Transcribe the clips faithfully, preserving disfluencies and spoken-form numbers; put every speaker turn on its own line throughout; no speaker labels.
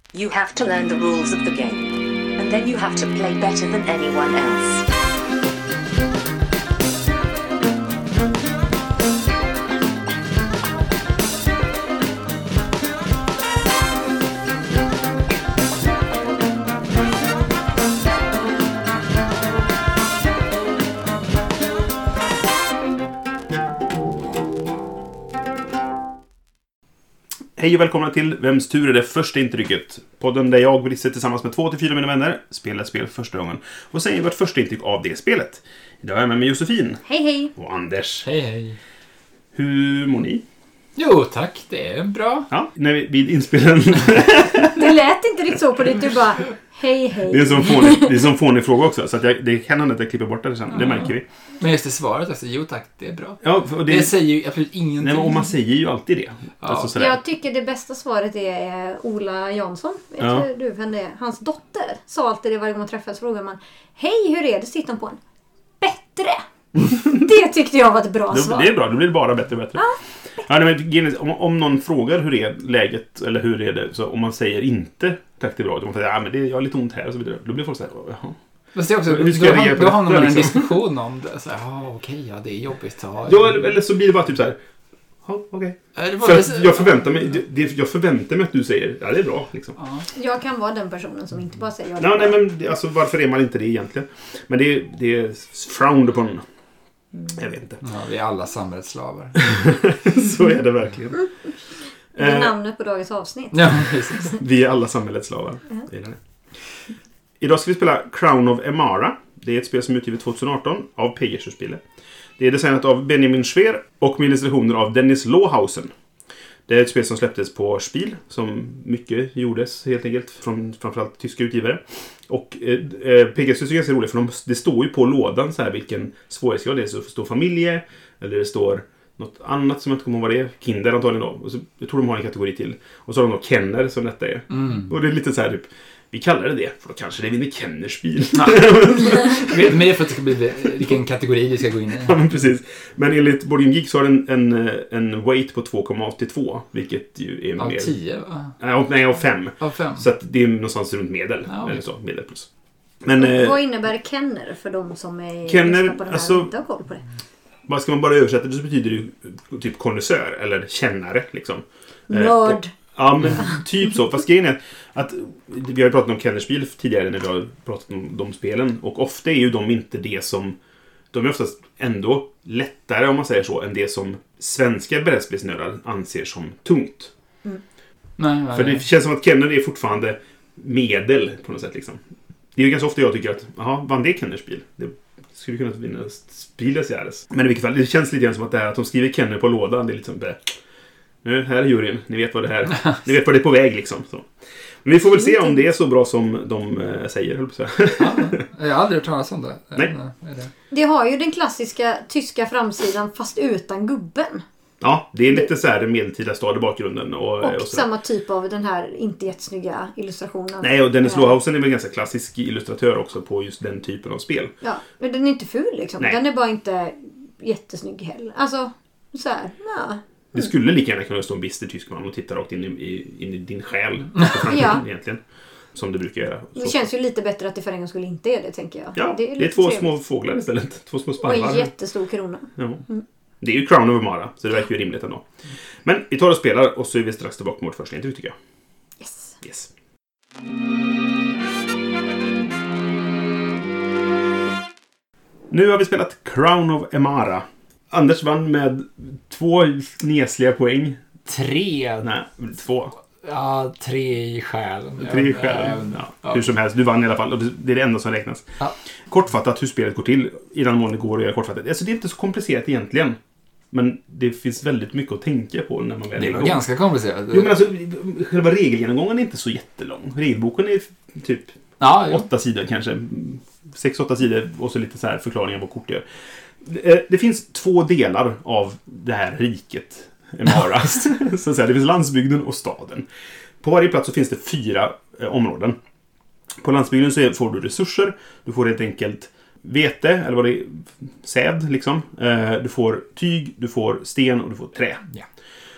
You have to learn the rules of the game, and then you have to play better than anyone else.
Hej och välkomna till Vems tur är det första intrycket? Podden där jag, Brisse, tillsammans med två till fyra mina vänner spelar ett spel för första gången och säger vårt första intryck av det spelet. Idag är jag med mig Josefin.
Hej hej.
Och Anders.
Hej hej.
Hur mår ni?
Jo tack, det är bra.
Ja, när vi vid inspelen.
Det lät inte riktigt så på det, du bara hej hej.
Det är som fånig, det är som fånig fråga också, så att jag, det kan hända att jag klipper bort det sen,
Ja.
det märker vi.
Men just det svaret också, jo tack, det är bra.
Ja, och det,
Det säger ju absolut ingenting.
nej, men, och man säger ju alltid det.
Ja.
Alltså, sådär.
Jag tycker det bästa svaret är Ola Jansson. Vet
Ja.
du vem det är? Hans dotter sa alltid det varje gång man träffas. Frågar man, hej hur är det? Sitter hon på en bättre? Det tyckte jag var ett bra
det,
svar.
det är bra, det blir bara bättre och bättre.
Ja.
Ja, nej, men, om, om någon frågar hur är läget eller hur är det, så om man säger inte tack det är bra, om man säger ja, men det, jag har lite ont här och så vidare, då blir folk så här, jaha.
Fast det är också,
Hur ska
då,
jag reagera på
då hamnar man i en
liksom?
diskussion om det. Så här, ja okej, ja det är jobbigt. Ja,
Ja, eller, eller så blir det bara typ så här, ja, okej.
Är det bara
För
det-
att jag förväntar mig, det, jag förväntar mig att du säger, ja det är bra liksom.
Ja.
Jag kan vara den personen som inte bara säger ja, det
Nej,
är
nej,
bra.
men det- alltså, varför är man inte det egentligen? Men det, det är frowned upon. Jag vet inte.
Ja, vi är alla samhällsslavar.
Så är det verkligen.
Det är
Eh,
namnet på dagens avsnitt.
Ja, precis.
Vi är alla samhällets slavar. Det är det. Idag ska vi spela Crown of Emara. Det är ett spel som är utgivet tjugoarton av Pegasus-spelet. Det är designat av Benjamin Schwer och med illustrationer av Dennis Lohausen. Det är ett spel som släpptes på Spiel, som mycket gjordes helt enkelt från framförallt tyska utgivare. Och eh, Pegasus är ganska roligt för de, det står ju på lådan så här vilken svårighetsgrad det är. Så det står familje, eller det står något annat som jag inte kommer ihåg vad det är. Kinder antagligen då. Och så, jag tror de har en kategori till. Och så har de då Kenner som detta är.
Mm.
Och det är lite så här typ, vi kallar det det, för då kanske det vinner Kennerspiel.
Men det är för att det ska bli vilken kategori vi ska gå in i.
Ja, men precis. Men enligt Board Game Geek så har den en, en, en weight på två komma åttiotvå, vilket ju är
Av
mer...
tio va?
Nej, av- nej, av fem.
Av fem.
Så att det är någonstans runt medel.
Ja.
Eller så, medel plus. Men eh,
Vad innebär Kenner för de som är
Kenner,
lyssnar på det här
alltså-
och inte har koll på det?
vad ska man bara översätta det så betyder det ju typ konnässör eller kännare liksom. Eh,
Nörd.
och- Ja, men typ så. Fast grejen är att vi har ju pratat om Kennerspiel tidigare när vi har pratat om de spelen. Och ofta är ju de inte det som... De är oftast ändå lättare, om man säger så, än det som svenska brädspelsnördar anser som tungt.
Mm.
Nej, nej,
För det
nej.
känns som att Kenner är fortfarande medel på något sätt liksom. Det är ju ganska ofta jag tycker att, jaha, vann det Kennerspiel? Det skulle kunna vinna Spieles Jahres. Men i vilket fall, det känns lite grann som att det här att de skriver Kenner på lådan, det är liksom det. Nu, här är juryn. Ni vet vad det här Ni vet vad det är på väg liksom. Så. Men vi får väl se om det är så bra som de äh, säger, höll på att säga.
Ja, jag har aldrig hört talas om det.
Nej.
Vad är det?
Det har ju den klassiska tyska framsidan fast utan gubben.
Ja, det är lite så här medeltida stad i bakgrunden. Och,
Och,
och så.
samma typ av den här inte jättesnygga illustrationen.
Nej, och Dennis
Ja.
Lohausen är väl ganska klassisk illustratör också på just den typen av spel.
Ja, men den är inte ful liksom.
Nej.
Den är bara inte jättesnygg heller. Alltså, så här, ja.
Det skulle lika gärna kunna stå en bister tysk man och titta rakt in i, i, in i din själ.
Ja.
Egentligen. Som det brukar göra.
Det
Så.
känns ju lite bättre att det för en gång skulle inte är det, tänker jag.
Ja, det är,
lite
två
trevligt.
små fåglar istället. Två små
Och
sparvar.
en jättestor krona.
Ja. Det är ju Crown of Emara, så det verkar ju rimligt ändå. Men vi tar och spelar och så är vi strax tillbaka med vårt första intervju tycker jag.
Yes.
Yes. Nu har vi spelat Crown of Emara. Anders vann med två nesliga poäng.
Tre.
Nej, två.
Ja, tre i själen.
Tre
Jag-
själv.
jag-
Ja,
ja.
hur som helst, du vann i alla fall. Och det är det enda som räknas.
Ja.
Kortfattat hur spelet går till. I den mån det går att göra kortfattat. Alltså det är inte så komplicerat egentligen. Men det finns väldigt mycket att tänka på när man väl
Det
är
var
igång.
ganska komplicerat.
Jo, men alltså, själva regelgenomgången är inte så jättelång. Regelboken är typ
ja, ja.
åtta sidor kanske. Sex, åtta sidor och så lite så här förklaringar på kort gör. Det, det finns två delar av det här riket. Emara. Så att säga, det finns landsbygden och staden. På varje plats så finns det fyra eh, områden. På landsbygden så får du resurser. Du får helt enkelt vete, eller vad det är, säd liksom. Eh, du får tyg, du får sten och du får trä.
Ja.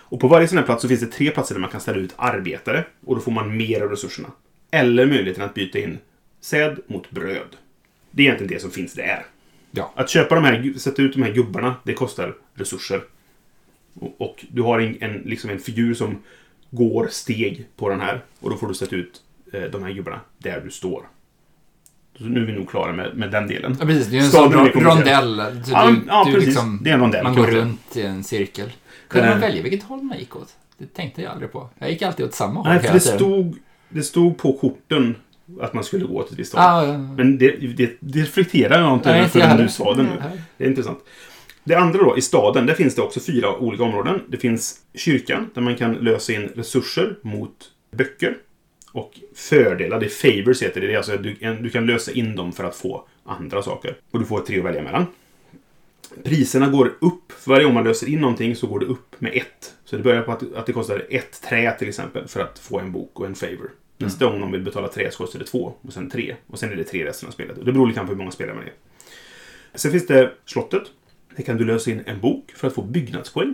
Och på varje sån här plats så finns det tre platser där man kan ställa ut arbetare. Och då får man mer av resurserna. Eller möjligheten att byta in säd mot bröd. Det är egentligen det som finns där.
Ja.
Att köpa de här, sätta ut de här gubbarna, det kostar resurser. Och, och du har en, en, liksom en figur som går steg på den här. Och då får du sätta ut eh, de här gubbarna där du står. Så nu är vi nog klara med, med den delen.
Ja, precis. Det är en
Staden
sån
är komplicerad.
rondell. Så
Ja,
du,
ja,
du
precis.
liksom,
Det är en rondell,
man
kan
går
man säga.
runt i en cirkel. Kunde man
Eh.
välja vilket håll man gick åt? Det tänkte jag aldrig på. Jag gick alltid åt samma håll
Nej, för
hela
det
tiden.
stod, det stod på korten att man skulle gå till ett visst håll.
Ah, ja.
Men det, det, det reflekterar jag inte
Nej,
över
inte
förrän
jag
du
heller.
sa det nu.
Nej.
Det är intressant. Det andra då, i staden, där finns det också fyra olika områden. Det finns kyrkan, där man kan lösa in resurser mot böcker. Och fördelar, det är favors heter det. Det är alltså du, en, du kan lösa in dem för att få andra saker. Och du får tre att välja mellan. Priserna går upp. För varje gång man löser in någonting så går det upp med ett. Så det börjar på att, att det kostar ett trä till exempel för att få en bok och en favor. Mm. Nästa gång de vill betala tre så kostar det två och sen tre. Och sen är det tre resten av spelet. Och det beror lite på hur många spelare man är. Sen finns det slottet. Där kan du lösa in en bok för att få byggnadspoäng.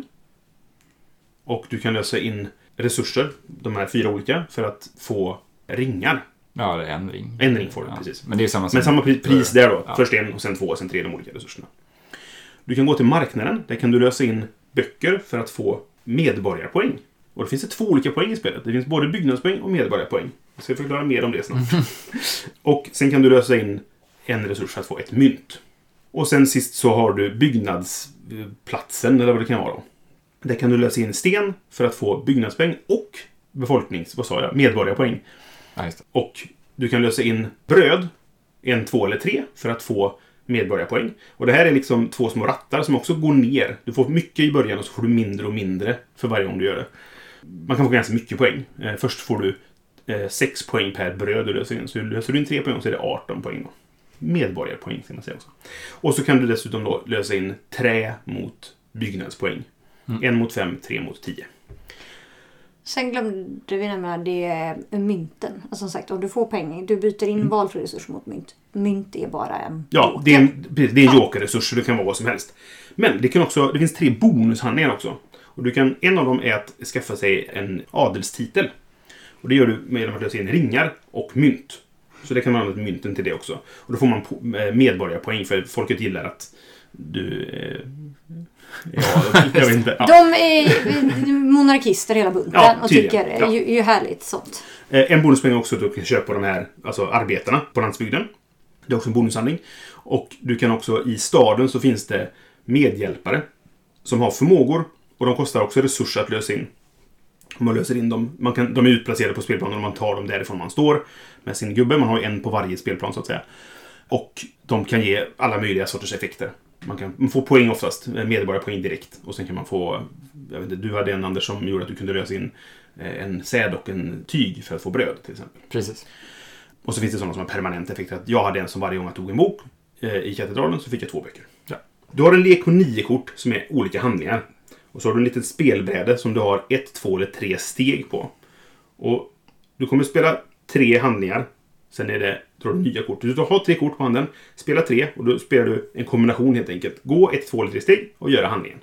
Och du kan lösa in resurser, de här fyra olika, för att få ringar.
Ja, det är en ring.
En ring får du,
ja.
precis.
Men det är samma
Men samma pris, pris där då.
Ja.
Först en och sen två och sen tre de olika resurserna. Du kan gå till marknaden. Där kan du lösa in böcker för att få medborgarpoäng. Och det finns det två olika poäng i spelet. Det finns både byggnadspoäng och medborgarpoäng. Jag ska förklara mer om det snart. Och sen kan du lösa in en resurs för att få ett mynt. Och sen sist så har du byggnadsplatsen, eller vad det kan vara då. Där kan du lösa in sten för att få byggnadspoäng och befolknings, vad sa jag, medborgarpoäng.
Ja, just det.
Och du kan lösa in bröd, en, två eller tre, för att få medborgarpoäng. Och det här är liksom två små rattar som också går ner. Du får mycket i början och så får du mindre och mindre för varje gång du gör det. Man kan få ganska mycket poäng. Eh, först får du eh, sex poäng per bröd du löser in. Så löser du in tre poäng så är det arton poäng då. Medborgarpoäng kan man säga också. Och så kan du dessutom då lösa in trä mot byggnadspoäng. Mm. En mot fem, tre mot tio.
Sen glömde vi nämna det är mynten. Alltså som sagt, om du får pengar, du byter in mm. valfri resurs mot mynt. Mynt är bara en
Ja,
joker.
det är en, det är en jokerresurs, det kan vara vad som helst. Men det kan också, det finns tre bonushandlingar också. Och du kan, en av dem är att skaffa sig en adelstitel. Och det gör du med att lösa in ringar och mynt. Så det kan man använda mynten till det också. Och då får man medborgarpoäng för folket gillar att du... Eh, ja, jag vet inte. Ja.
De är monarkister hela bunten
Ja,
och
tydligen.
tycker
Ja.
ju, ju härligt sånt.
Eh, en bonuspoäng är också att du kan köpa de här alltså arbetarna på landsbygden. Det är också en bonushandling. Och du kan också, i staden så finns det medhjälpare som har förmågor. Och de kostar också resurser att lösa in. Om man löser in dem, man kan, de är utplacerade på spelplanen och man tar dem därifrån man står med sin gubbe. Man har en på varje spelplan så att säga. Och de kan ge alla möjliga sorters effekter. Man kan man får poäng oftast, medborgarpoäng direkt. Och sen kan man få, jag vet inte, du hade en Anders som gjorde att du kunde lösa in en säd och en tyg för att få bröd till exempel.
Precis.
Och så finns det sådana som har permanent effekter. Att jag hade en som varje gång jag tog en bok i katedralen så fick jag två böcker. Ja. Du har en lek på nio kort som är olika handlingar. Och så har du en liten spelbräde som du har ett, två eller tre steg på. Och du kommer spela tre handlingar. Sen är det drar du nya kort. Du har tre kort på handen. Spela tre och då spelar du en kombination helt enkelt. Gå ett, två eller tre steg och göra handlingen.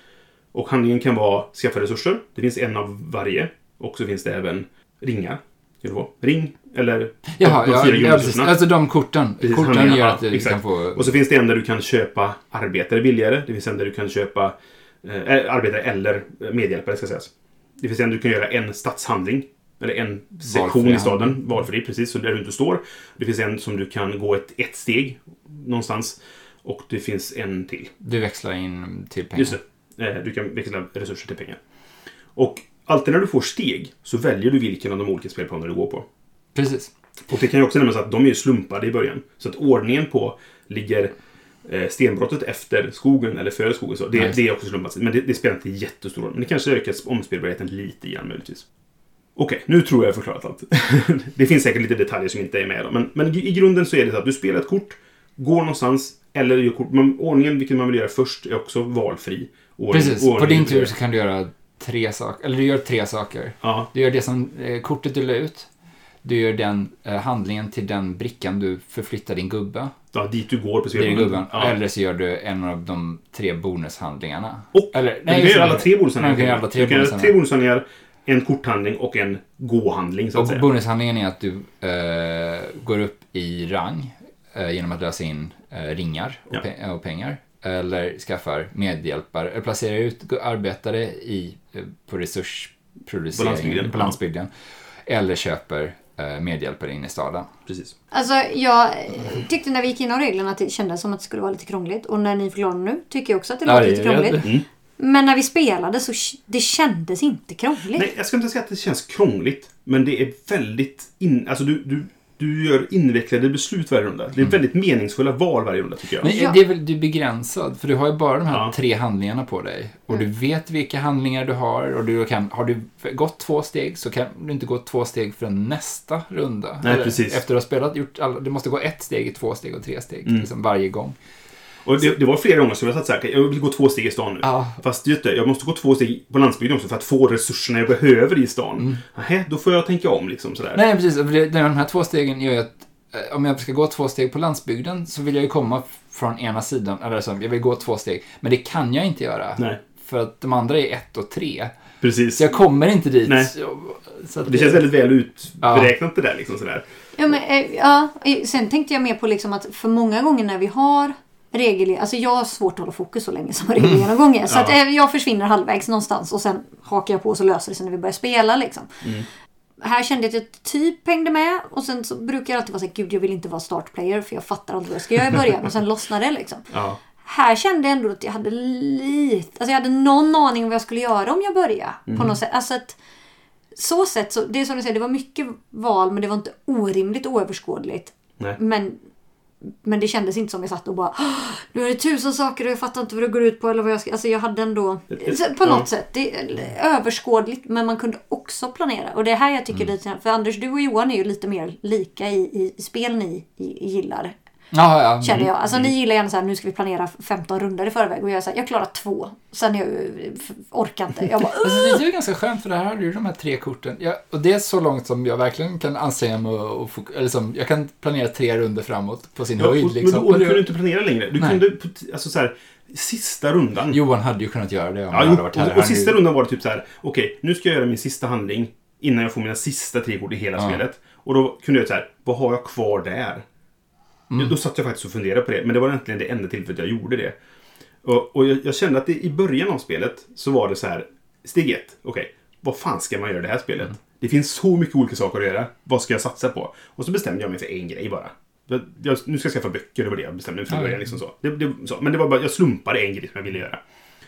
Och handlingen kan vara skaffa resurser. Det finns en av varje. Och så finns det även ringar. Ska det vara ring eller
Jaha,
de, de
ja,
fyra
ja, precis. Alltså de korten.
Precis,
korten
handlingar,
gör
ja,
att du
exakt.
kan få...
Och så finns det en där du kan köpa arbetare billigare. Det finns en där du kan köpa eh, arbetare eller medhjälpare ska sägas. Det finns en där du kan göra en stadshandling. Eller en sektion
Valfri
i staden.
handling.
Valfri, precis. Så där du inte står. Det finns en som du kan gå ett, ett steg någonstans. Och det finns en till.
Du växlar in till pengar.
Just det. Eh, du kan växla resurser till pengar. Och alltid när du får steg så väljer du vilken av de olika spelplaner du går på.
Precis.
Och det kan ju också nämnas att de är slumpade i början. Så att ordningen på ligger eh, stenbrottet efter skogen eller före skogen. Så det,
Nej.
det är också slumpat. Men det, det spelar inte jättestor roll. Men det kanske ökar omspelbarheten lite grann möjligtvis. Okej, okay, nu tror jag jag har förklarat allt. Det finns säkert lite detaljer som inte är med. Då. Men, men i grunden så är det så att du spelar ett kort, går någonstans, eller gör kort. Man, ordningen vilken man vill göra först är också valfri. Ordning,
Precis,
ordning,
på din
ordning.
tur så kan du göra tre saker. Eller du gör tre saker.
Ja.
Du gör det som eh, kortet du la ut. Du gör den eh, handlingen till den brickan du förflyttar din gubbe.
Ja, dit du går på
spelplanen.
Ja.
Eller så gör du en av de tre bonushandlingarna.
Och,
eller,
nej, du kan göra alla tre bonushandlingar.
Du kan göra alla tre
du kan göra tre bonushandlingar, en korthandling och en gå-handling. Så att
och
säga.
Bonushandlingen är att du eh, går upp i rang eh, genom att lösa in eh, ringar och,
ja.
pe- och pengar. Eller skaffar medhjälpare. Eller placerar ut arbetare i, eh, på resursproduceringen på landsbygden. På landsbygden. Ja. Eller köper medhjälpare in i staden.
Precis.
Alltså jag tyckte när vi gick in av reglerna att det kändes som att det skulle vara lite krångligt. Och när ni förklarar nu tycker jag också att det låter ja, lite krångligt. Mm. Men när vi spelade så det kändes inte krångligt.
Nej, jag ska inte säga att det känns krångligt. Men det är väldigt... In, alltså du, du, du gör invecklade beslut varje runda. Det är väldigt meningsfulla val varje runda tycker jag.
Men
ja.
det är väl du är begränsad. För du har ju bara de här
ja.
tre handlingarna på dig. Och
mm.
du vet vilka handlingar du har. Och du kan, har du gått två steg så kan du inte gå två steg för nästa runda.
Nej, precis.
Efter att ha spelat, gjort alla, du måste gå ett steg, två steg och tre steg.
Mm.
Liksom varje gång.
Och det, det var flera gånger som jag satt så här, jag vill gå två steg i stan nu.
Ja.
Fast just det, jag måste gå två steg på landsbygden också för att få resurserna jag behöver i stan.
Mm.
Nähä, då får jag tänka om liksom sådär.
Nej, precis. De här två stegen gör ju att om jag ska gå två steg på landsbygden så vill jag ju komma från ena sidan. Eller så, jag vill gå två steg. Men det kan jag inte göra.
Nej.
För att de andra är ett och tre.
Precis.
Så jag kommer inte dit.
Nej.
Så att
det känns väldigt väl utberäknat ja. det där liksom sådär.
Ja, men, ja, sen tänkte jag mer på liksom att för många gånger när vi har regel, alltså jag har svårt att hålla fokus så länge som regelgenomgång är. Så ja. att jag försvinner halvvägs någonstans och sen hakar jag på och så löser det sig när vi börjar spela liksom. Mm. Här kände jag att jag typ hängde med och sen så brukar jag alltid vara så här, gud jag vill inte vara startplayer för jag fattar aldrig vad jag ska göra i början och sen lossnar det liksom.
Ja.
Här kände jag ändå att jag hade lite, alltså jag hade någon aning om vad jag skulle göra om jag började mm. på något sätt. Alltså att så sätt, så, det är som du säger, det var mycket val men det var inte orimligt oöverskådligt.
Nej.
Men Men det kändes inte som jag satt och bara nu är det tusen saker och jag fattar inte vad det går ut på eller vad jag ska, alltså jag hade ändå på något ja. sätt det är överskådligt men man kunde också planera och det är här jag tycker mm. lite, för Anders du och Johan är ju lite mer lika i, i, i spel ni i, i gillar.
Ja, ja.
Känner jag. Alltså mm. ni gillar gärna så här, nu ska vi planera femton runder i förväg och jag är så här, jag klarar två. Sen jag orkar inte. Jag bara,
alltså, det är ju ganska skönt för det här har ju de här tre korten. Jag, och det är så långt som jag verkligen kan anstränga mig och, och eller som, jag kan planera tre runder framåt på sin
ja,
höjd.
Och,
liksom.
Men då, och du kunde inte planera längre. Du
Nej.
kunde, alltså så här, sista rundan.
Johan hade ju kunnat göra det om
ja,
han hade varit här.
Och, och sista rundan var det typ så här, okej, okay, nu ska jag göra min sista handling innan jag får mina sista tre kort i hela ja. spelet. Och då kunde jag så här, vad har jag kvar där? Mm. Då satt jag faktiskt och funderade på det. Men det var egentligen det enda tillfället jag gjorde det. Och, och jag, jag kände att det, i början av spelet så var det så här, steg ett, okej, okay, vad fan ska man göra det här spelet? Mm. Det finns så mycket olika saker att göra. Vad ska jag satsa på? Och så bestämde jag mig för en grej bara. Jag, jag, nu ska jag skaffa böcker, det var det jag bestämde mig för. Mm. Liksom så. Det, det, så. Men det var bara, jag slumpade en grej som jag ville göra.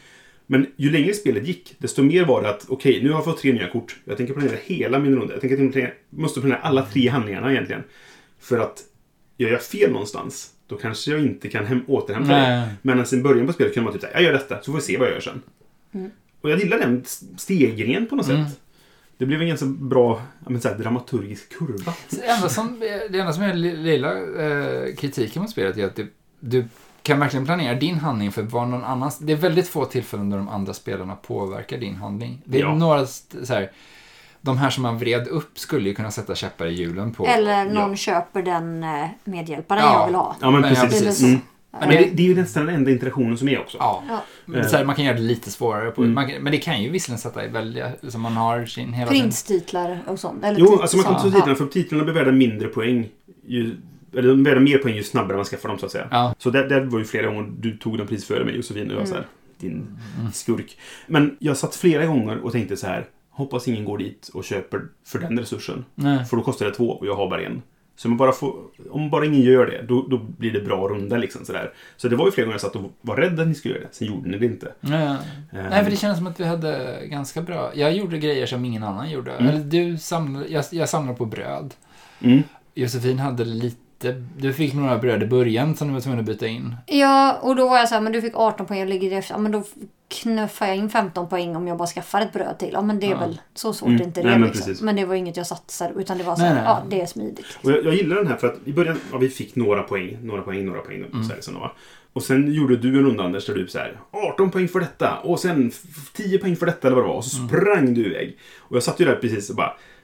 Men ju längre spelet gick, desto mer var det att okej, okay, nu har jag fått tre nya kort. Jag tänker planera hela min runda. Jag tänker att jag måste planera alla tre handlingarna egentligen. För att gör jag fel någonstans, då kanske jag inte kan hem, återhämta det. Men sen början på spelet kan man typ säga, jag gör detta, så får vi se vad jag gör sen. Mm. Och jag gillar den stegringen på något mm. sätt. Det blev en ganska bra men, så här, dramaturgisk kurva.
Det enda som, det enda som är lilla eh, kritiken mot spelet är att det, du kan verkligen planera din handling för vad någon annan. Det är väldigt få tillfällen där de andra spelarna påverkar din handling. Det är ja. några så här, de här som man vred upp skulle ju kunna sätta käppar i hjulen på.
Eller någon ja. köper den medhjälparen ja. jag vill ha.
Ja, men precis.
Ja, precis. Mm.
Men det, det är ju nästan den enda interaktionen som är också.
Ja. ja. Men så här, man kan göra det lite svårare. På, mm. man kan, men det kan ju visserligen sätta i välja. Som man har sin hela
Prinstitlar och sånt. Eller
jo, alltså man kan ta titlarna. För titlarna blir värda mindre poäng. Ju, eller de blir värda mer poäng ju snabbare man skaffar dem så att säga. Ja. Så det, det var ju flera gånger du tog den pris före mig Josefin. Och jag så här, din mm. skurk. Men jag satt flera gånger och tänkte så här. Hoppas ingen går dit och köper för den resursen. Nej. För då kostar det två och jag har bara en. Så man bara får, om bara ingen gör det, då, då blir det bra runda liksom sådär. Så det var ju flera gånger jag satt och var rädd att ni skulle göra det. Sen gjorde ni det inte.
Ja. Um, Nej, för det känns som att vi hade ganska bra. Jag gjorde grejer som ingen annan gjorde. Mm. Eller du samlade, jag, jag samlade på bröd. Mm. Josefin hade lite. Du fick några bröd i början som du var tvungen att byta in.
Ja, och då var jag så här, men du fick arton poäng och ligger efter. Ja, men då knuffar jag in femton poäng om jag bara skaffar ett bröd till. Ja, men det är ja. väl så svårt mm. inte det. Nej, men, liksom. Men det var inget jag satsade, utan det var så här, nej, nej. ja, det är smidigt. Liksom.
Och jag, jag gillar den här för att i början, ja, vi fick några poäng, några poäng, några poäng. Mm. Så här, liksom, och sen gjorde du en runda, Anders, där du så här, arton poäng för detta och sen tio poäng för detta eller vad det var. Och så sprang mm. du iväg. Och jag satt ju där precis och bara,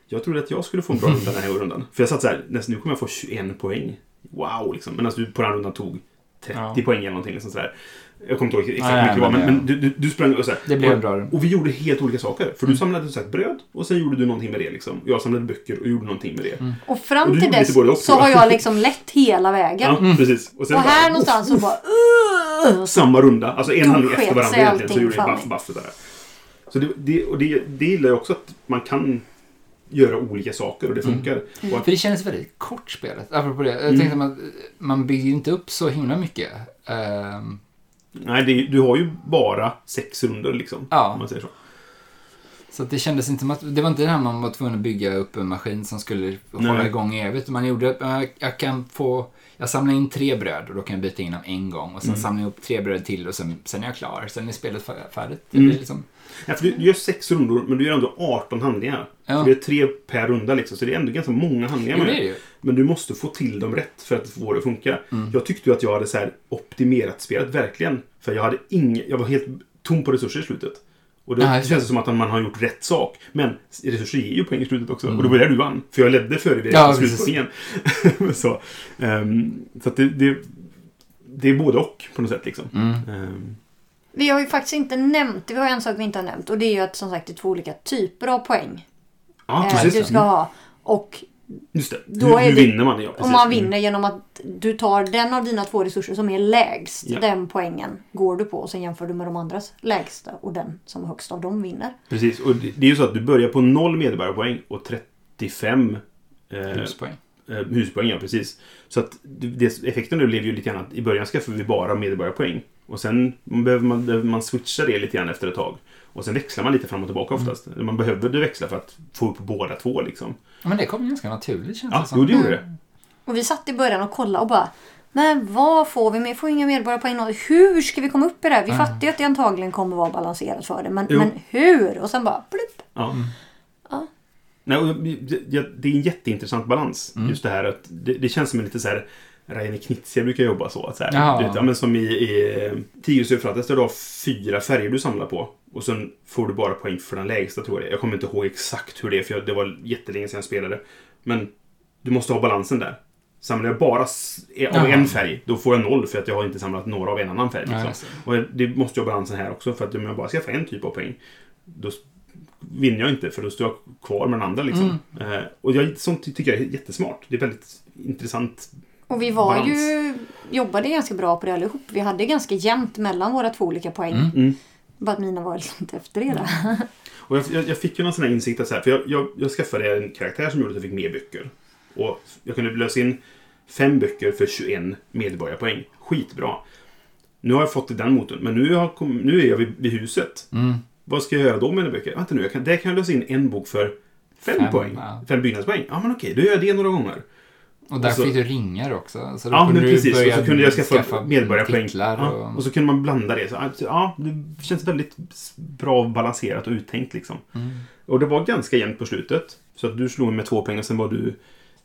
jag trodde att jag skulle få en bra runda den här rundan. För jag satt så här, nästan nu kommer jag få tjugoen poäng. Wow, liksom. Men alltså du på den rundan tog trettio ja. poäng eller någonting. Liksom så där. Jag kommer inte ihåg exakt hur mycket det var, men, men du, du, du sprang och så här.
Det blev
och,
bra.
Och vi gjorde helt olika saker. För mm. du samlade så här bröd och sen gjorde du någonting med det. Liksom. Jag samlade böcker och gjorde någonting med det.
Mm. Och fram och till dess
också,
så har jag liksom lett hela vägen.
Ja, precis.
Och, sen och här bara, någonstans så bara... Uh,
samma runda. Alltså en handling efter varandra egentligen så gjorde jag baff, baff där. Så det, det, och det, det gillar jag också att man kan göra olika saker och det funkar. Mm.
Mm.
Och att,
för det känns väldigt kort spelet. Apropå det. Jag mm. tänkte att man, man bygger ju inte upp så himla mycket. Um...
Nej, det, du har ju bara sex runder liksom.
Ja.
Om man säger så.
Så att det kändes inte som att... Det var inte det här man var tvungen att bygga upp en maskin som skulle hålla Nej. igång evigt. Man gjorde... Jag, jag kan få... Jag samlar in tre bröd och då kan jag byta in dem en gång. Och sen mm. samlar jag upp tre bröd till och sen, sen är jag klar. Sen är spelet färdigt. Det
mm.
blir liksom...
Ja, för du, du gör sex rundor men du gör ändå arton handlingar. Ja. Det är tre per runda liksom. Så det är ändå ganska många handlingar med
jo, det. Är det.
Men du måste få till dem rätt för att få det att funka. Mm. Jag tyckte ju att jag hade så här optimerat spelet verkligen. För jag hade ing, jag var helt tom på resurser i slutet. Och det,
Aha,
det känns som att man har gjort rätt sak. Men resurser ger ju poäng i slutet också. Mm. Och det var där du vann. För jag ledde före vid ja, slutpoängen. så um, så att det, det, det är både och på något sätt liksom. Mm. Um.
Vi har ju faktiskt inte nämnt, vi har en sak vi inte har nämnt. Och det är ju att som sagt det är två olika typer av poäng.
Ja,
eh,
precis.
Du ska ha. Och
just det. Då hur, hur det, vinner man? Ja,
om man vinner genom att du tar den av dina två resurser som är lägst. Ja. Den poängen går du på och sen jämför du med de andras lägsta. Och den som är högst av dem vinner.
Precis. Och det, det är ju så att du börjar på noll medborgarpoäng och trettiofem eh,
huspoäng.
Eh, huspoäng, ja precis. Så att det, effekten nu blev ju lite grann att i början skaffade vi bara medborgarpoäng. Och sen behöver man, behöver man switcha det lite grann efter ett tag. Och sen växlar man lite fram och tillbaka oftast. Mm. Man behöver det växla för att få upp båda två liksom.
Men det kom ganska naturligt känns
ja,
det som.
Jo, det gjorde det.
Och vi satt i början och kollade och bara, men vad får vi med? Vi får inga medborgarpoäng. Hur ska vi komma upp i det här? Vi mm. fattar ju att det antagligen kommer vara balanserat för det. Men, men hur? Och sen bara, plupp.
Ja. Mm. ja. Nej, och det, det är en jätteintressant balans. Mm. Just det här att det, det känns som en lite så här Raine Knizia brukar jobba så. Att så här,
ja.
vet, ja, men som i, i Tigers överfrantes där du har fyra färger du samlar på. Och sen får du bara poäng för den lägsta, tror jag. Jag kommer inte ihåg exakt hur det är, för jag, det var jättelänge sedan jag spelade. Men du måste ha balansen där. Samlar jag bara av ja. en färg, då får jag noll för att jag har inte samlat några av en annan färg. Liksom. Ja, och det måste jag ha balansen här också, för att om jag bara skaffar en typ av poäng, då vinner jag inte, för då står jag kvar med den andra. Liksom. Mm. Eh, och jag, sånt tycker jag är jättesmart. Det är väldigt intressant.
Och vi var
balans.
ju jobbade ganska bra på det allihop. Vi hade ganska jämnt mellan våra två olika poäng. Mm. Mm. Bara att mina var lite efter det där. Mm.
Och jag, jag, jag fick ju någon sån här insikt att så här, för jag, jag, jag skaffade en karaktär som gjorde att jag fick mer böcker. Och jag kunde lösa in fem böcker för tjugoen medborgarpoäng. Skitbra. Nu har jag fått den motorn, men nu, har, nu är jag vid, vid huset. Mm. Vad ska jag göra då med mina böcker? Vänta nu, jag kan, där kan jag lösa in en bok för fem, fem poäng. Ja. Fem byggnadspoäng. Ja, men okej, då gör jag det några gånger.
Och där och så, fick du ringar också. Så då
ja,
kunde
men precis. Och så kunde jag skaffa,
skaffa
medborgarpoäng.
Och...
Ja, och så kunde man blanda det. Så, ja, det känns väldigt bra balanserat och uttänkt liksom. Mm. Och det var ganska jämnt på slutet. Så att du slog med två poäng och sen var du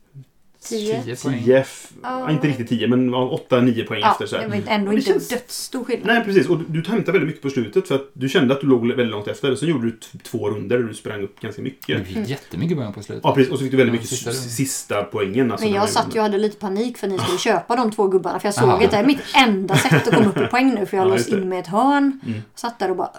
tio.
tio f- ja, inte riktigt tio, men åtta nio poäng
ja,
efter. Så här.
Det var ändå
det
inte
känns...
dödsstor skillnad.
Nej, precis. Och du hämtade väldigt mycket på slutet för att du kände att du låg väldigt långt efter. Sen gjorde du t- två runder där du sprang upp ganska mycket.
Du fick mm. jättemycket poäng på slutet.
Ja, precis. Och så fick du väldigt mycket sista, sista poängen. Alltså,
men jag satt ju och hade lite panik för att ni skulle köpa de två gubbarna. För jag såg att det är mitt enda sätt att komma upp i poäng nu. För jag ja, låst in med ett hörn. Mm. Satt där och bara...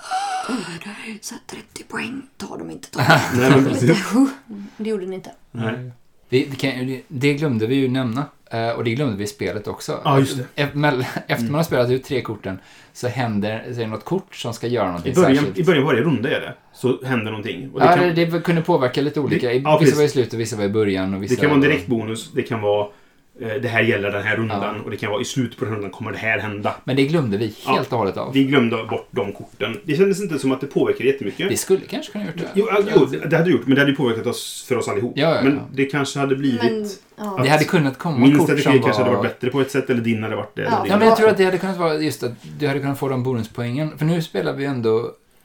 Så trettio poäng. Ta dem inte. Ta dem. Nej, men precis. Det gjorde ni inte.
Nej.
Det, det, kan, det glömde vi ju nämna. Och det glömde vi i spelet också.
Ja, just det.
Efter man har spelat ut tre korten så händer så är det något kort som ska göra någonting
I början,
särskilt.
I början av varje runda är det. Så händer någonting. Och
det, ja,
kan,
det, det kunde påverka lite olika.
Det, ja,
vissa var i slutet, vissa var i början. Och vissa
det kan vara en
var...
direkt bonus. Det kan vara det här gäller den här rundan. Ja. Och det kan vara i slutet på den rundan kommer det här hända.
Men det glömde vi helt ja, och hållet av.
Vi glömde bort de korten. Det kändes inte som att det påverkade jättemycket.
Det skulle kanske kunna gjort det.
Jo, jo det hade gjort. Men det hade påverkat oss för oss allihop.
Ja, ja, ja.
Men det kanske hade blivit... Men,
ja.
Det hade kunnat komma
min
kort
strategi
som
kanske
var...
hade varit bättre på ett sätt. Eller din hade varit det.
Ja,
ja men jag tror att det hade kunnat vara just att du hade kunnat få de bonuspoängen. För nu spelar vi ändå...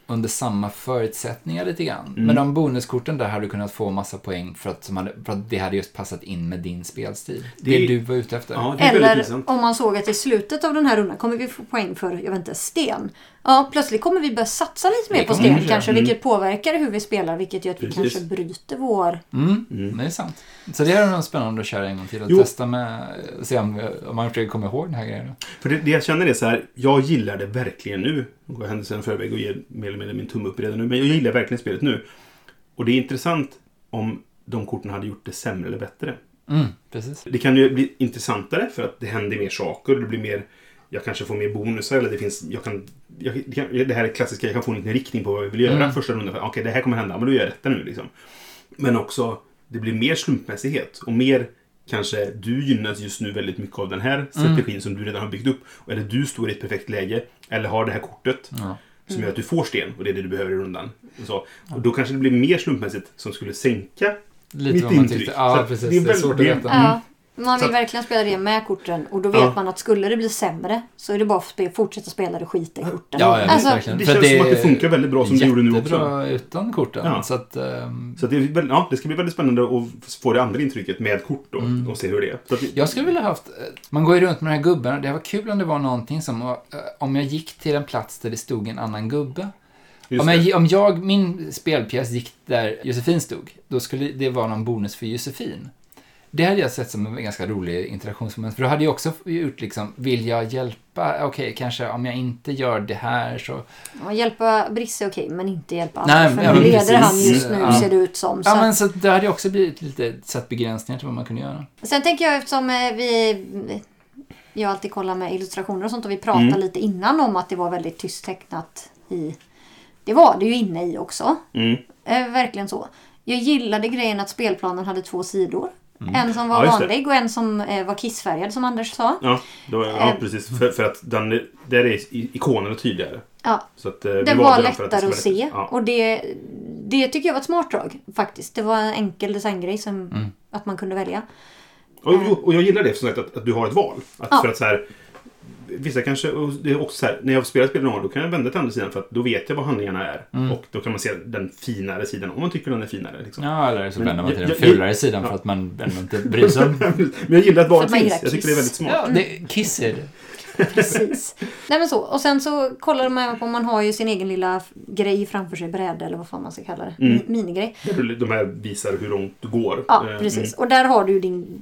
under samma förutsättningar lite grann.
Mm.
Men de bonuskorten där hade du kunnat få massa poäng för att, som hade, för att det hade just passat in med din spelstil. Det, det du var ute efter.
Ja, det är
eller om man såg att i slutet av den här rundan kommer vi få poäng för, jag vet inte, sten. Ja, plötsligt kommer vi börja satsa lite mer på sten kanske, mm. vilket påverkar hur vi spelar, vilket gör att vi Precis. kanske bryter vår...
Mm. Mm. Det är sant. Så det är nog spännande att köra en gång till och jo. testa med, se om, om man försöker komma ihåg den här grejen.
För det, det jag känner är så här, jag gillar det verkligen nu. Jag går händelsen förväg och ger mer eller mindre min tumme upp redan nu, men jag gillar verkligen spelet nu. Och det är intressant om de korten hade gjort det sämre eller bättre.
Mm, precis.
Det kan ju bli intressantare för att det händer mer saker, det blir mer, jag kanske får mer bonusar eller det finns, jag kan, jag, det här är klassiska, jag kan få en liten riktning på vad jag vill göra mm. första rundan. Okej, okay, det här kommer hända, men då gör jag detta nu liksom. Men också, det blir mer slumpmässighet och mer kanske du gynnas just nu väldigt mycket av den här strategin mm. som du redan har byggt upp. Eller du står i ett perfekt läge eller har det här kortet
ja.
som gör att du får sten och det är det du behöver i rundan. Och, så. Och då kanske det blir mer slumpmässigt som skulle sänka
lite
mitt
vad man
intryck.
Tyckte. Ja, precis. Det är, det är svårt att veta.
Ja. Man vill så. verkligen spela det med korten. Och då vet ja. man att skulle det bli sämre så är det bara att fortsätta spela det skit i korten.
Ja, ja
alltså,
verkligen.
Det känns det som att det funkar väldigt bra som det gjorde nu också.
Jättebra utan korten.
Ja.
Så, att, um...
så det, är väldigt, ja, det ska bli väldigt spännande att få det andra intrycket med kort då, mm. och se hur det är. Så att,
jag skulle vilja haft... Man går ju runt med de här gubbarna. Det var kul om det var någonting som... Om jag gick till en plats där det stod en annan gubbe. Om jag, om jag, min spelpjäs gick där Josefin stod, då skulle det vara någon bonus för Josefin. Det hade jag sett som en ganska rolig interaktionsmoment. För då hade jag också gjort liksom, vill jag hjälpa? Okej, okay, kanske om jag inte gör det här så...
Ja, hjälpa Brisse okej, okay, men inte hjälpa andra.
Nej,
för
ja,
nu leder
precis.
han just nu,
ja.
ser det ut som.
Så.
Så.
Ja, men så det hade också blivit lite satt begränsningar till vad man kunde göra.
Sen tänker jag, eftersom vi... Jag alltid kollar med illustrationer och sånt och vi pratade mm. lite innan om att det var väldigt tyst tecknat i... Det var det ju inne i också.
Mm.
Eh, verkligen så. Jag gillade grejen att spelplanen hade två sidor. Mm. En som var
ja,
vanlig och en som eh, var kissfärgad som Anders sa.
Ja, då, ja eh, precis. För, för att den, där är ikonerna tydligare.
Ja,
så att, eh,
det var lättare att, att se. Ja. Och det, det tycker jag var ett smart drag faktiskt. Det var en enkel designgrej som mm. att man kunde välja.
Och, och, och jag gillar det som sagt att, att du har ett val. Att, ja. För att så här... Vissa kanske, och det är också så här, när jag spelar spel någon, då kan jag vända till andra sidan för att då vet jag vad handlingarna är. Mm. Och då kan man se den finare sidan om man tycker den är finare. Liksom.
Ja, eller så vänder man till den fulare jag, sidan ja. För att man ändå inte bryr sig om.
Men jag gillar att valet finns. Jag tycker det är väldigt smart.
Ja, det, kiss är det.
Precis. Nej men så. Och sen så kollar man på om man har ju sin egen lilla grej framför sig, bräde eller vad fan man ska kalla det. Mm. Minigrej.
De här visar hur långt du går.
Ja, precis. Mm. Och där har du din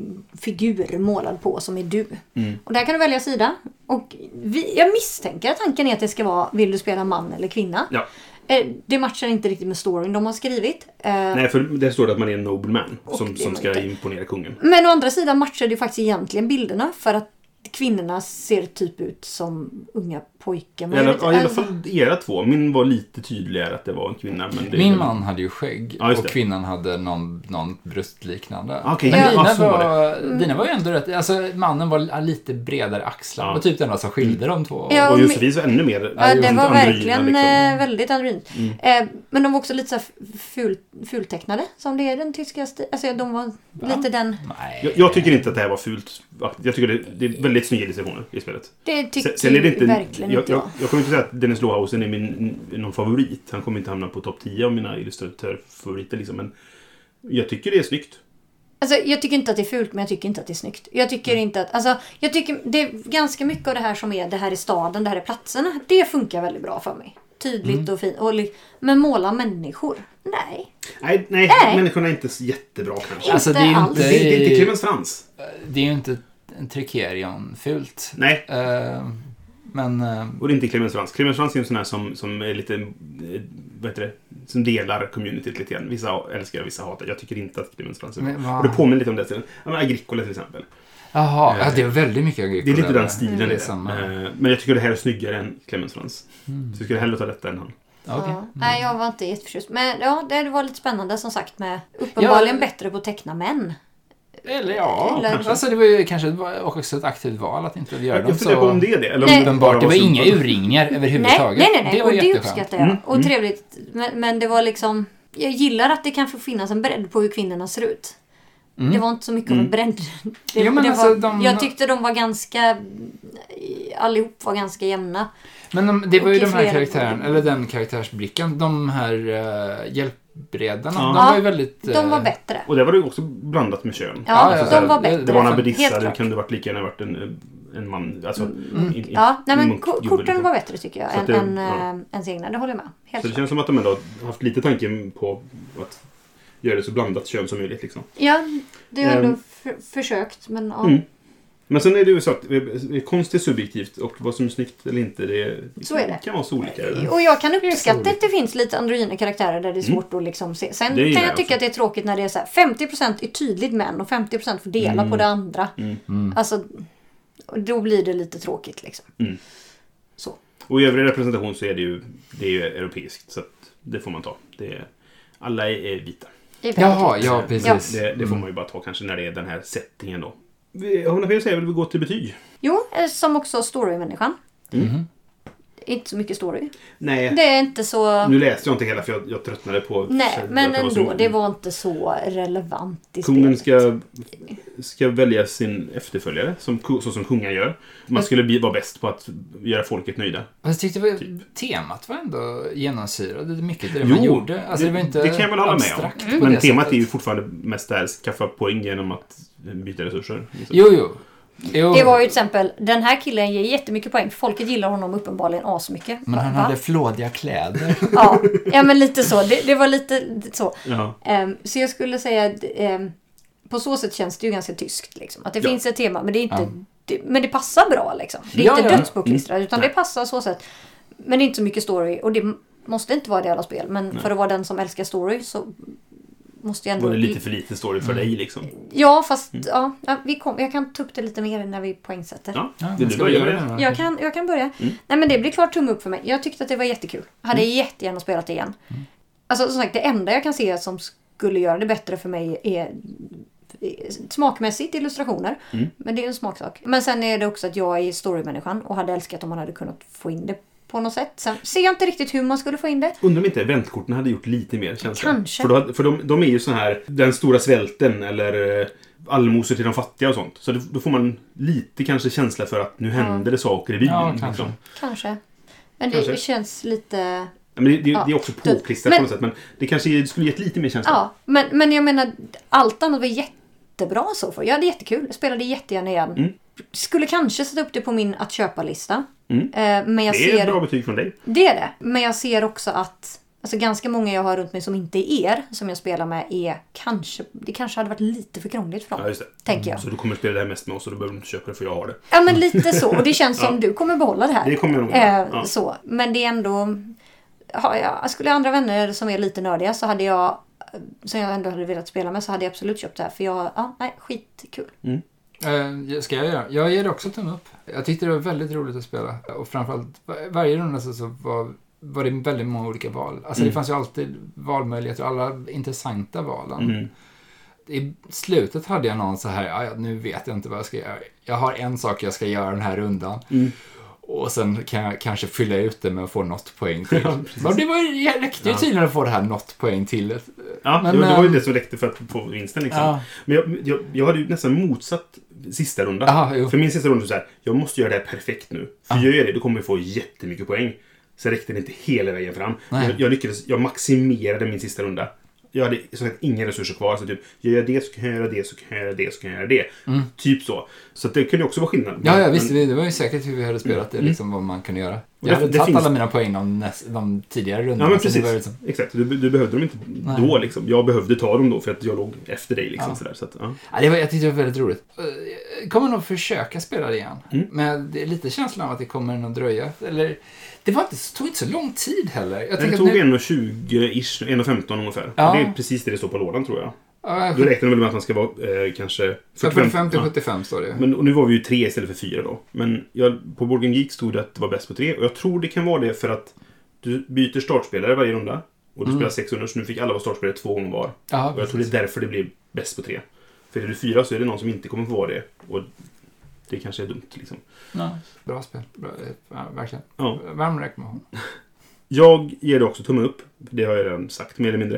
figur målad på som är du.
Mm.
Och där kan du välja sida. Och vi, jag misstänker att tanken är att det ska vara, vill du spela man eller kvinna?
Ja.
Det matchar inte riktigt med storyn de har skrivit.
Nej, för där står det att man är en nobleman som, som ska inte. imponera kungen.
Men å andra sidan matchar det faktiskt egentligen bilderna för att kvinnorna ser typ ut som unga pojkar.
Men Eller, ja, i alla fall era två. Min var lite tydligare att det var en kvinna. Men det
Min
väl...
man hade ju skägg ja, och kvinnan hade någon, någon bröstliknande.
Okay.
Men
ja.
dina,
Ja,
var,
var
mm. dina var ju ändå rätt. Alltså mannen var lite bredare axlar. Ja. Och typ den som skilde mm. de två.
Ja, och Josefin var ännu mer.
Ja, det var verkligen liksom. väldigt androgynt.
Mm.
Eh, men de var också lite så ful, fultecknade. Som det är den tyska stilen. Alltså de var ja. lite den...
Nej.
Jag, jag tycker inte att det här var fult. Jag tycker det, det är väldigt snygga illustrationer i spelet.
Det tycker
sen, sen är det inte,
verkligen
jag,
inte
jag. Jag kommer inte säga att Dennis Lohausen är min någon favorit. Han kommer inte hamna på topp tio av mina illustratörfavoriter liksom. Men jag tycker det är snyggt.
Alltså jag tycker inte att det är fult, men jag tycker inte att det är snyggt. Jag tycker mm. inte att, alltså jag tycker det är ganska mycket av det här som är det här i staden, det här är platserna. Det funkar väldigt bra för mig. Tydligt mm. och fint. Och, men måla människor? Nej.
Nej, nej, nej. Människorna är inte så jättebra kanske.
Inte
alltså, det är ju inte,
det, det är inte Clemens Frans.
Det är ju inte en Tricerion fult.
Nej.
Uh, men... Uh,
och det är inte Clemens Frans. Clemens Frans är en sån här som, som är lite, vad heter det, som delar communityt lite grann. Vissa älskar, vissa hatar. Jag tycker inte att Clemens Frans är bra. Och det påminner lite om det stället. Ja, men Agricola till exempel.
Jaha, uh, ja, det är väldigt mycket Agricola.
Det är lite den stilen. Mm. Det
uh,
men jag tycker det här är snyggare än Clemens Frans. Mm. Så jag skulle hellre ta detta än han.
Okay.
Ja. Mm. Nej, jag var inte jätteförtjust. Men ja, det var lite spännande som sagt med uppenbarligen ja, bättre på att teckna män.
Eller ja, eller, alltså det var ju kanske också ett aktivt val att inte göra dem
så. Jag funderar på om det är det. Eller
nej. Uppenbart, det var inga urringningar överhuvudtaget.
Nej, nej, nej.
Det var
och det uppskattar jag.
Mm.
Och trevligt. Men, men det var liksom... Jag gillar att det kan få finnas en bredd på hur kvinnorna ser ut. Mm. Det var inte så mycket mm. av en bredd. Det,
jo, men
det
alltså,
var,
de...
Jag tyckte de var ganska... allihop var ganska jämna.
Men de, det var
Och
ju
i
de här
flera-
karaktären, eller den karaktärsblicken, de här uh, hjälpbredarna,
Ja.
de
Ja,
var ju väldigt...
De var
eh,
bättre.
Och det var det ju också blandat med kön.
Ja,
Ja, ja,
de
så
var
det-
bättre.
Det var en
Helt
abbedissa, det
klart.
kunde varit lika gärna varit en, en man. Alltså,
Mm.
in, in,
Ja, nej men
munkgubbe,
ko- korten
liksom.
var bättre tycker jag
Så att
än,
det-
än
ja.
äh, ens egna. Det håller jag med. Helt
Så det
klart.
känns som att de ändå har haft lite tanke på att göra det så blandat kön som möjligt. Liksom.
Ja, det har jag ändå
Ehm.
för, försökt. Men ja,
Mm. Men sen är det ju så att eh, konst är subjektivt och vad som är snyggt eller inte, det,
Så är det.
kan vara så olika. Eller?
Och jag kan uppskatta
roligt.
att det finns lite androgyna karaktärer där det är svårt att liksom se. Sen
Det gillar
kan
jag
jag tycka
också.
att det är tråkigt när det är så här femtio procent är tydligt män och femtio procent får dela
Mm.
på det andra.
Mm.
Alltså, då blir det lite tråkigt liksom.
Mm.
Så.
Och i övrig representation så är det ju, det är ju europeiskt, så att det får man ta. Det är, alla är, är vita.
Det är väldigt
Jaha,
tråkigt.
ja precis.
Det, det får man ju bara ta kanske när det är den här settingen då. Vi- Har ni fel att säga, vill vi gå till betyg?
Jo, eh, som också story-människan.
Mhm.
Inte så mycket story.
Nej,
Det är inte så...
nu läste jag inte hela för jag, jag tröttnade på...
Nej,
att
men
det var så-
ändå. Det var inte så relevant i
Kungen
spelet.
ska, ska välja sin efterföljare, som, så som kungen gör. Man skulle bli, vara bäst på att göra folket nöjda.
Jag tyckte det var,
Typ.
temat var ändå genomsyrade mycket det man gjorde. Alltså, det, var inte
det kan jag väl hålla med om.
abstrakt på
Men
det
temat
sättet.
är ju fortfarande mest där, skaffa poäng genom att byta resurser. Liksom.
Jo, jo. jo.
Det var ju till exempel, den här killen ger jättemycket poäng. Folket gillar honom uppenbarligen asmycket.
Men han
Va?
hade flådiga kläder.
Ja, ja, men lite så. Det, det var lite så.
Ja.
Ehm, så jag skulle säga att ehm, på så sätt känns det ju ganska tyskt. Liksom. Att det
Ja.
finns ett tema, men det är inte...
Ja.
Det, men det passar bra liksom. Det är
Ja,
inte
ja.
dödspåklistrat, utan
Nej.
det passar så sätt. Men det är inte så mycket story. Och det måste inte vara det i alla spel. Men för att vara den som älskar story så måste jag ändå...
Var det lite för lite story för dig liksom?
Ja, fast ja, ja, vi kom, jag kan ta upp det lite mer när vi poängsätter.
Ja,
Ja,
vill du
ska vi
börja
göra
med det?
det nu?
Jag kan, jag kan börja.
Mm.
Nej, men det blir klart tumme upp för mig. Jag tyckte att det var jättekul. Jag hade jättegärna spelat det igen.
Mm.
Alltså som sagt, det enda jag kan se som skulle göra det bättre för mig är smakmässigt illustrationer.
Mm.
Men det är en smaksak. Men sen är det också att jag är storymänniskan och hade älskat om man hade kunnat få in det på något sätt. Sen ser jag inte riktigt hur man skulle få in det.
Undrar om inte eventkorten hade gjort lite mer känsla.
Kanske.
För, då, för de, de är ju så här, den stora svälten eller eh, allmosor till de fattiga och sånt. Så det, då får man lite kanske känsla för att nu händer det saker i byn.
Ja,
liksom.
kanske.
Kanske. Men
Kanske.
det känns lite...
Ja, men det, det,
Ja,
det är också
det-
påklistrat
men-
på något sätt. Men det kanske skulle gett lite mer känsla.
Ja, men, men jag menar, allt annat var jättebra så för. Jag hade jättekul. Jag spelade jättegärna igen.
Mm.
Skulle kanske sätta upp det på min att köpa-lista.
Mm.
Eh, men jag
Det är
ser...
ett bra betyg från dig.
Det är det. Men jag ser också att alltså ganska många jag har runt mig som inte är er, som jag spelar med, är kanske... Det kanske hade varit lite för krångligt för dem.
Ja, just det.
Tänker jag.
Så du kommer spela det här mest med oss och då behöver du inte köpa det för jag har det.
Ja, men lite så. Och det känns som
Ja.
du kommer behålla det här.
Det kommer jag nog
Eh,
göra. Ja.
Så. Men det är ändå... Har jag, skulle jag ha andra vänner som är lite nördiga så hade jag... Som jag ändå hade velat spela med så hade jag absolut köpt det här. För jag... Ja, nej, skitkul.
Eh, ska jag göra? Jag ger också tumme upp. Jag tyckte det var väldigt roligt att spela. Och framförallt var- varje runda så, så var, var det väldigt många olika val. Alltså
Mm.
det fanns ju alltid valmöjligheter och alla intressanta valen.
Mm.
I slutet hade jag någon så här, ja, nu vet jag inte vad jag ska göra. Jag har en sak jag ska göra den här rundan.
Mm.
Och sen kan jag kanske fylla ut det med att få något poäng till.
Ja, precis.
Men det var ju, jag räckte ju
Ja.
tydligen att få det här något poäng till.
Ja,
Men,
det, var, det var ju
ehm,
det som räckte för att få vinsten liksom.
Ja.
Men jag, jag, jag hade ju nästan motsatt sista runda.
Aha, jo.
För min sista runda var så här, jag måste göra det här perfekt nu. För
Ja.
gör jag det, då kommer jag få jättemycket poäng. Så räckte det inte hela vägen fram.
Nej.
Jag, jag lyckades, jag maximerade min sista runda. Jag hade så att inga resurser kvar. Så typ, gör jag det så kan jag göra det, så kan jag göra det, så kan jag göra det.
Mm.
Typ så. Så att det kunde också vara skillnad.
Ja, ja
Men-
visst. Det var ju säkert hur vi hade spelat det,
Mm.
liksom vad man kunde göra.
Och
Jag
det-
hade
det
tagit
finns-
alla mina poäng de, näst, de tidigare rundorna.
Ja, men
så det
precis.
var liksom,
Exakt. Du, du behövde dem inte
Nej.
då liksom. Jag behövde ta dem då för att jag låg efter dig liksom.
Ja.
Sådär, så att, ja.
ja, det var, jag tyckte det var väldigt roligt. Jag kommer nog försöka spela det igen.
Mm.
Men det är lite känslan av att det kommer nog dröja. Eller, det var inte, tog inte så lång tid heller. Jag
Men
tänker
det
att
tog
nu,
en tjugo-ish, en femton ungefär.
Ja.
Det är precis det det står på lådan tror jag.
ja,
Då räknar de väl med att man ska vara eh, kanske
fyrtiofem till
ja.
sjuttiofem står det.
Men och nu var vi ju tre istället för fyra då. Men jag, på Board Game Geek stod det att det var bäst på tre. Och jag tror det kan vara det för att du byter startspelare varje runda. Och du
Mm.
spelar sex rundor så nu fick alla vara startspelare två gånger var.
Ja,
Och jag tror det är därför det blir bäst på tre. För är du fyra så är det någon som inte kommer få vara det. Och det kanske är dumt liksom.
Ja, bra spel. Bra, ja, verkligen.
Ja.
Varm rekommendation.
Jag ger det också tumme upp. Det har jag redan sagt mer eller mindre.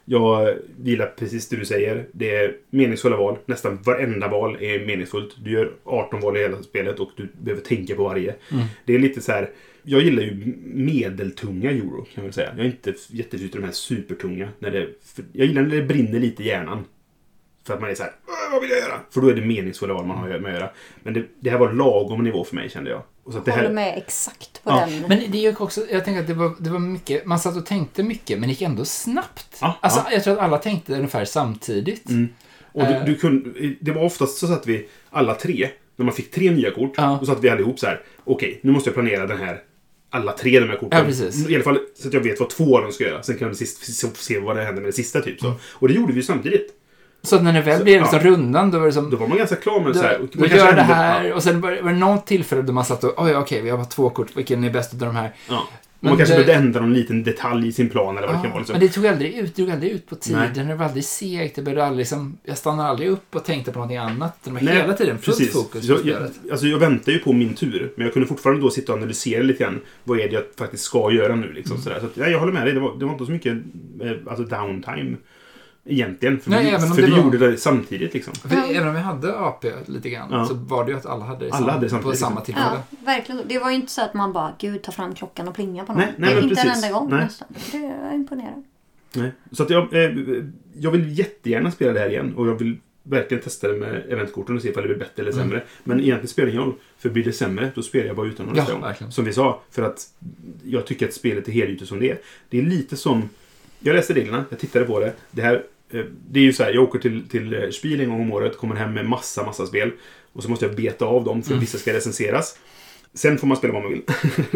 Jag gillar precis det du säger. Det är meningsfulla val. Nästan varenda val är meningsfullt. Du gör arton val i hela spelet och du behöver tänka på varje. Mm. Det är lite så här... Jag gillar ju medeltunga euro, kan jag väl säga. Jag är inte jätteförtjust i de här supertunga. När det, jag gillar när det brinner lite i hjärnan. För att man är så här, vad vill jag göra? För då är det meningsfulla val man har med att göra. Men det, det här var lagom nivå för mig, kände jag. Och så att det här...
håller med exakt på
ja.
den.
Men det gick också, jag tänker att det var, det var mycket, man satt och tänkte mycket, men det gick ändå snabbt.
Ja,
alltså,
ja.
Jag tror att alla tänkte ungefär samtidigt.
Mm. Och du, du kunde, det var oftast så att vi alla tre, när man fick tre nya kort, ja. Då satt vi allihop så här, okej, okay, nu måste jag planera den här, alla tre de här korten.
Ja, precis.
I alla fall så att jag vet vad två av dem ska göra. Sen kan vi sist, se vad det händer med det sista typ. Så. Mm. Och det gjorde vi samtidigt.
Så att när det väl
så,
blev liksom
ja.
rundan, då var det som...
Då var man ganska klar med
då,
så här.
Då gör det här, ja. Och sen var det något tillfälle då man satt och, oj, okej, vi har bara två kort, vilken är bäst av de här?
Ja. Man kanske det... behövde ändra någon liten detalj i sin plan eller vad
ja,
det kan vara. Liksom.
Men det tog aldrig ut, det tog aldrig ut på tiden.
Nej.
Det var aldrig segt. Det började aldrig liksom, jag stannade aldrig upp och tänkte på någonting annat. Det var
Nej,
hela tiden fullt
precis.
fokus
Så
på
jag,
spelet.
alltså jag väntar ju på min tur. Men jag kunde fortfarande då sitta och analysera lite grann. Vad är det jag faktiskt ska göra nu? Liksom, mm. sådär. Så att, ja, jag håller med dig. Det var, det var inte så mycket eh, alltså downtime. Egentligen. För,
Nej,
vi, för
vi
var...
gjorde
det samtidigt. Liksom.
För ja. Även om vi hade A P lite grann ja. Så var det ju att alla hade det,
alla
sam-
hade det
på samma tillfälle.
Ja, verkligen. Det var ju inte så att man bara, gud, ta fram klockan och plinga på något.
Nej, nej,
det är inte
precis.
en enda gång
nej.
nästan. Det är imponerande.
Nej. Så att jag, eh, jag vill jättegärna spela det här igen. Och jag vill verkligen testa det med eventkorten och se om det blir bättre eller sämre. Mm. Men egentligen spelar det ingen roll. För blir det sämre, då spelar jag bara utan någon
ja,
gång.
Verkligen.
Som vi sa. För att jag tycker att spelet är helgjutet som det är. Det är lite som... Jag läste reglerna, jag tittade på det. Det här... Det är ju så här, jag åker till, till Spiel en gång om året, kommer hem med massa, massa spel. Och så måste jag beta av dem för mm. vissa ska recenseras. Sen får man spela vad man vill.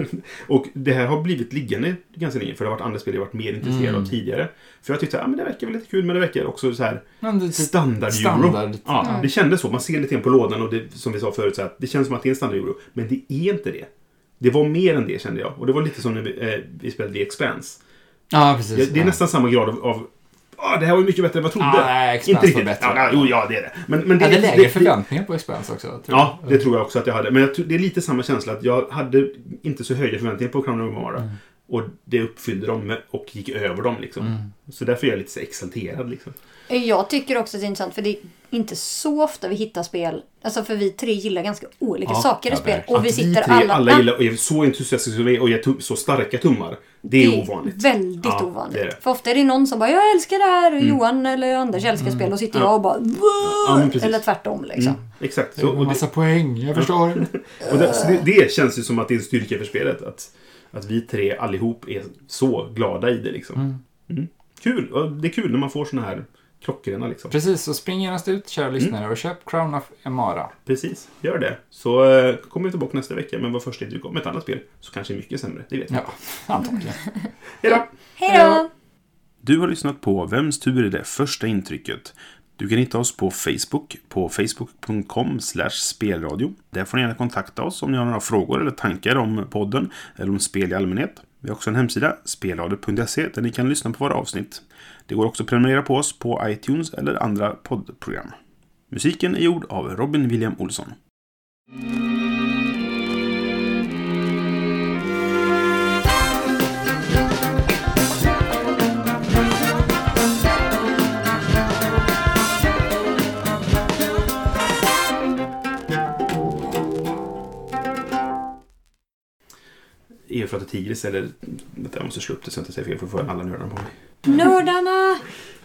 Och det här har blivit liggande ganska länge, för det har varit andra spel jag varit mer intresserad mm. av tidigare. För jag tyckte, ja men det verkar väl lite kul, men det verkar också så här standard,
standard
euro. Ja, mm. Det kändes så. Man ser lite grann på lådan och det, som vi sa förut, så att det känns som att det är en standard euro. Men det är inte det. Det var mer än det, kände jag. Och det var lite som när vi, eh, vi spelade The Expanse.
Ja, precis.
Det, det är ja. nästan samma grad av, av ah, det här var ju mycket bättre än vad jag trodde.
Ah, nej, Expanse
inte
var bättre.
Ja, jo, ja, det är det. Men, men det
hade
är
lägre
det,
förväntningar på Expanse också. Tror
ja, jag. det tror jag också att jag hade. Men jag, det är lite samma känsla att jag hade inte så höga förväntningar på Crown of Amara. Mm. Och det uppfyllde dem och gick över dem liksom. Mm. Så därför är jag lite så exalterad liksom.
Jag tycker också att det är intressant, för det är inte så ofta vi hittar spel, alltså för vi tre gillar ganska olika ja, saker i spel. Och vi sitter
vi tre,
alla...
alla gillar och är så entusiastiska som vi är och ger så starka tummar. Det är, det är ovanligt.
Väldigt ja, ovanligt. Det är det. För ofta är det någon som bara, jag älskar det här, mm. Johan eller Anders älskar mm. spel, och sitter ja. jag och bara, ja, eller tvärtom liksom.
Mm. Exakt.
Så, och en massa det... poäng, jag förstår.
och det, så det, det känns ju som att det är en styrka för spelet, att, att vi tre allihop är så glada i det liksom. Mm. Mm. Kul, och det är kul när man får såna här klockorna liksom.
Precis, så spring genast ut, kära lyssnare, mm. och köp Crown of Amara.
Precis, gör det. Så äh, kommer vi tillbaka nästa vecka, men vad först är det med ett annat spel så kanske är mycket sämre, det vet jag.
Ja, antagligen.
Hej då!
Hej då!
Du har lyssnat på Vems tur är det första intrycket? Du kan hitta oss på Facebook på facebook punkt com slash spelradio. Där får ni gärna kontakta oss om ni har några frågor eller tankar om podden eller om spel i allmänhet. Vi har också en hemsida, spelradio punkt se, där ni kan lyssna på våra avsnitt. Det går också att prenumerera på oss på iTunes eller andra poddprogram. Musiken är gjord av Robin William Olsson. Eufrat och Tigris eller... Jag måste slå upp det så att jag inte säger fel för att få alla nördarna på mig.
Nördarna!